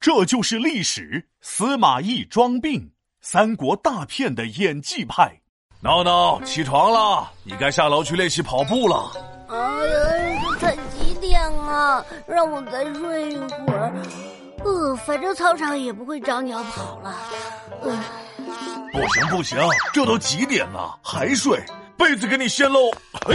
这就是历史。司马懿装病，三国大片的演技派。闹闹，起床了，你该下楼去练习跑步了。 哎呀，这才几点啊？让我再睡一会儿。反正操场也不会长鸟跑了。 不行，这都几点了还睡？被子给你掀喽！ 哎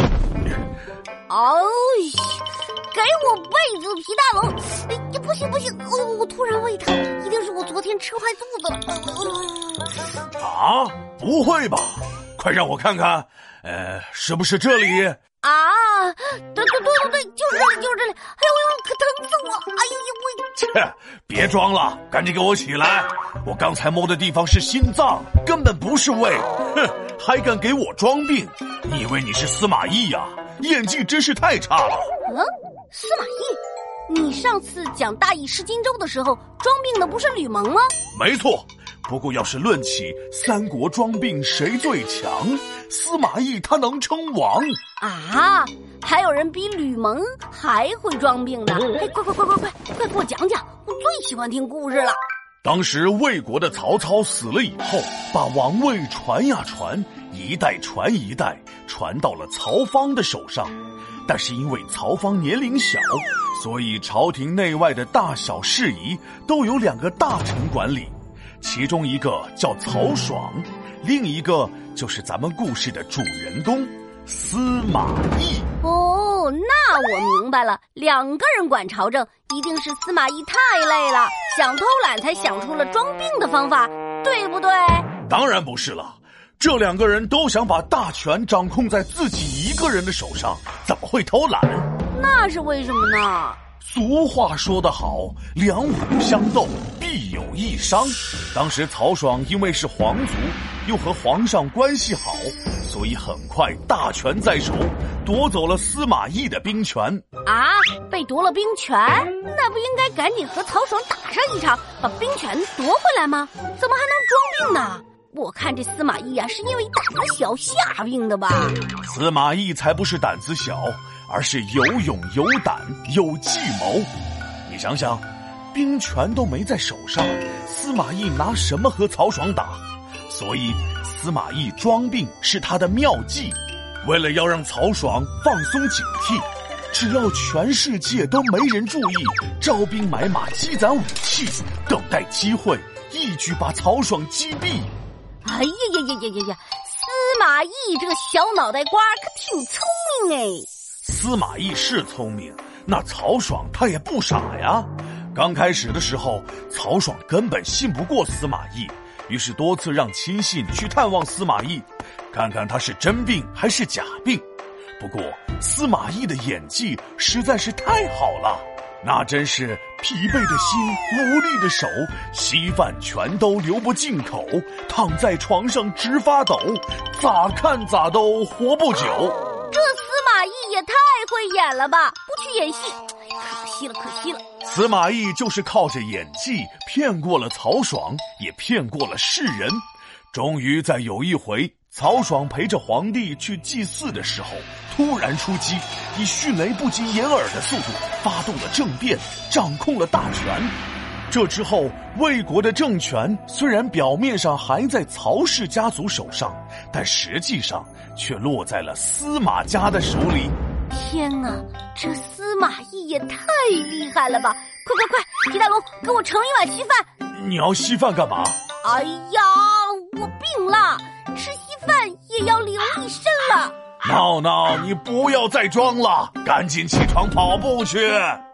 呀，给我被子，皮大龙！哎呀，不行，我突然胃疼，一定是我昨天吃坏肚子了。 啊，不会吧？快让我看看，是不是这里？ 啊，对，就是这里！哎呦，可疼死我！哎呀， 切，别装了，赶紧给我起来！我刚才摸的地方是心脏，根本不是胃。哼，还敢给我装病？你以为你是司马懿呀？演技真是太差了。 司马懿，你上次讲大义失荆州的时候，装病的不是吕蒙吗？ 没错。不过要是论起三国装病谁最强，司马懿他能称王啊！还有人比吕蒙还会装病呢！哎，快给我讲讲，我最喜欢听故事了。 当时魏国的曹操死了以后，把王位传呀传，一代传一代，传到了曹芳的手上。但是因为曹芳年龄小，所以朝廷内外的大小事宜都有2个大臣管理。其中一个叫曹爽，另一个就是咱们故事的主人公司马懿。 哦，那我明白了，2个人管朝政，一定是司马懿太累了，想偷懒才想出了装病的方法，对不对？ 当然不是了，这2个人都想把大权掌控在自己一个人的手上，怎么会偷懒？ 那是为什么呢？ 俗话说得好，两虎相斗，必有一伤。当时曹爽因为是皇族，又和皇上关系好，所以很快大权在手，夺走了司马懿的兵权。 啊，被夺了兵权，那不应该赶紧和曹爽打上一场，把兵权夺回来吗？怎么还能装病呢？我看这司马懿啊，是因为胆子小下病的吧？ 司马懿才不是胆子小，而是有勇有胆有计谋。你想想，兵权都没在手上，司马懿拿什么和曹爽打？所以司马懿装病是他的妙计。为了要让曹爽放松警惕，只要全世界都没人注意，招兵买马，积攒武器，等待机会，一举把曹爽击毙。 哎呀，司马懿这个小脑袋瓜可挺聪明哎。 司马懿是聪明，那曹爽他也不傻呀。刚开始的时候，曹爽根本信不过司马懿，于是多次让亲信去探望司马懿，看看他是真病还是假病。不过司马懿的演技实在是太好了，那真是疲惫的心，无力的手，稀饭全都流不进口，躺在床上直发抖，咋看咋都活不久。 这司马懿也太会演了吧，不去演戏，可惜了。 司马懿就是靠着演技骗过了曹爽，也骗过了世人。终于在有一回，曹爽陪着皇帝去祭祀的时候，突然出击，以迅雷不及掩耳的速度发动了政变，掌控了大权。这之后，魏国的政权虽然表面上还在曹氏家族手上，但实际上却落在了司马家的手里。 天哪，这司马懿也太厉害了吧！快，皮大龙，给我盛一碗稀饭。 你要稀饭干嘛？ 哎呀，我病了，吃稀饭也要灵一身了。 闹闹，你不要再装了，赶紧起床跑步去。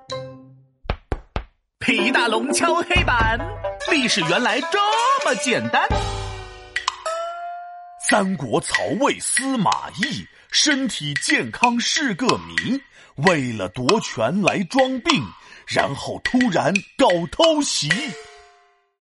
皮大龙敲黑板，历史原来这么简单。 三国曹魏司马懿身体健康是个谜，为了夺权来装病，然后突然搞偷袭。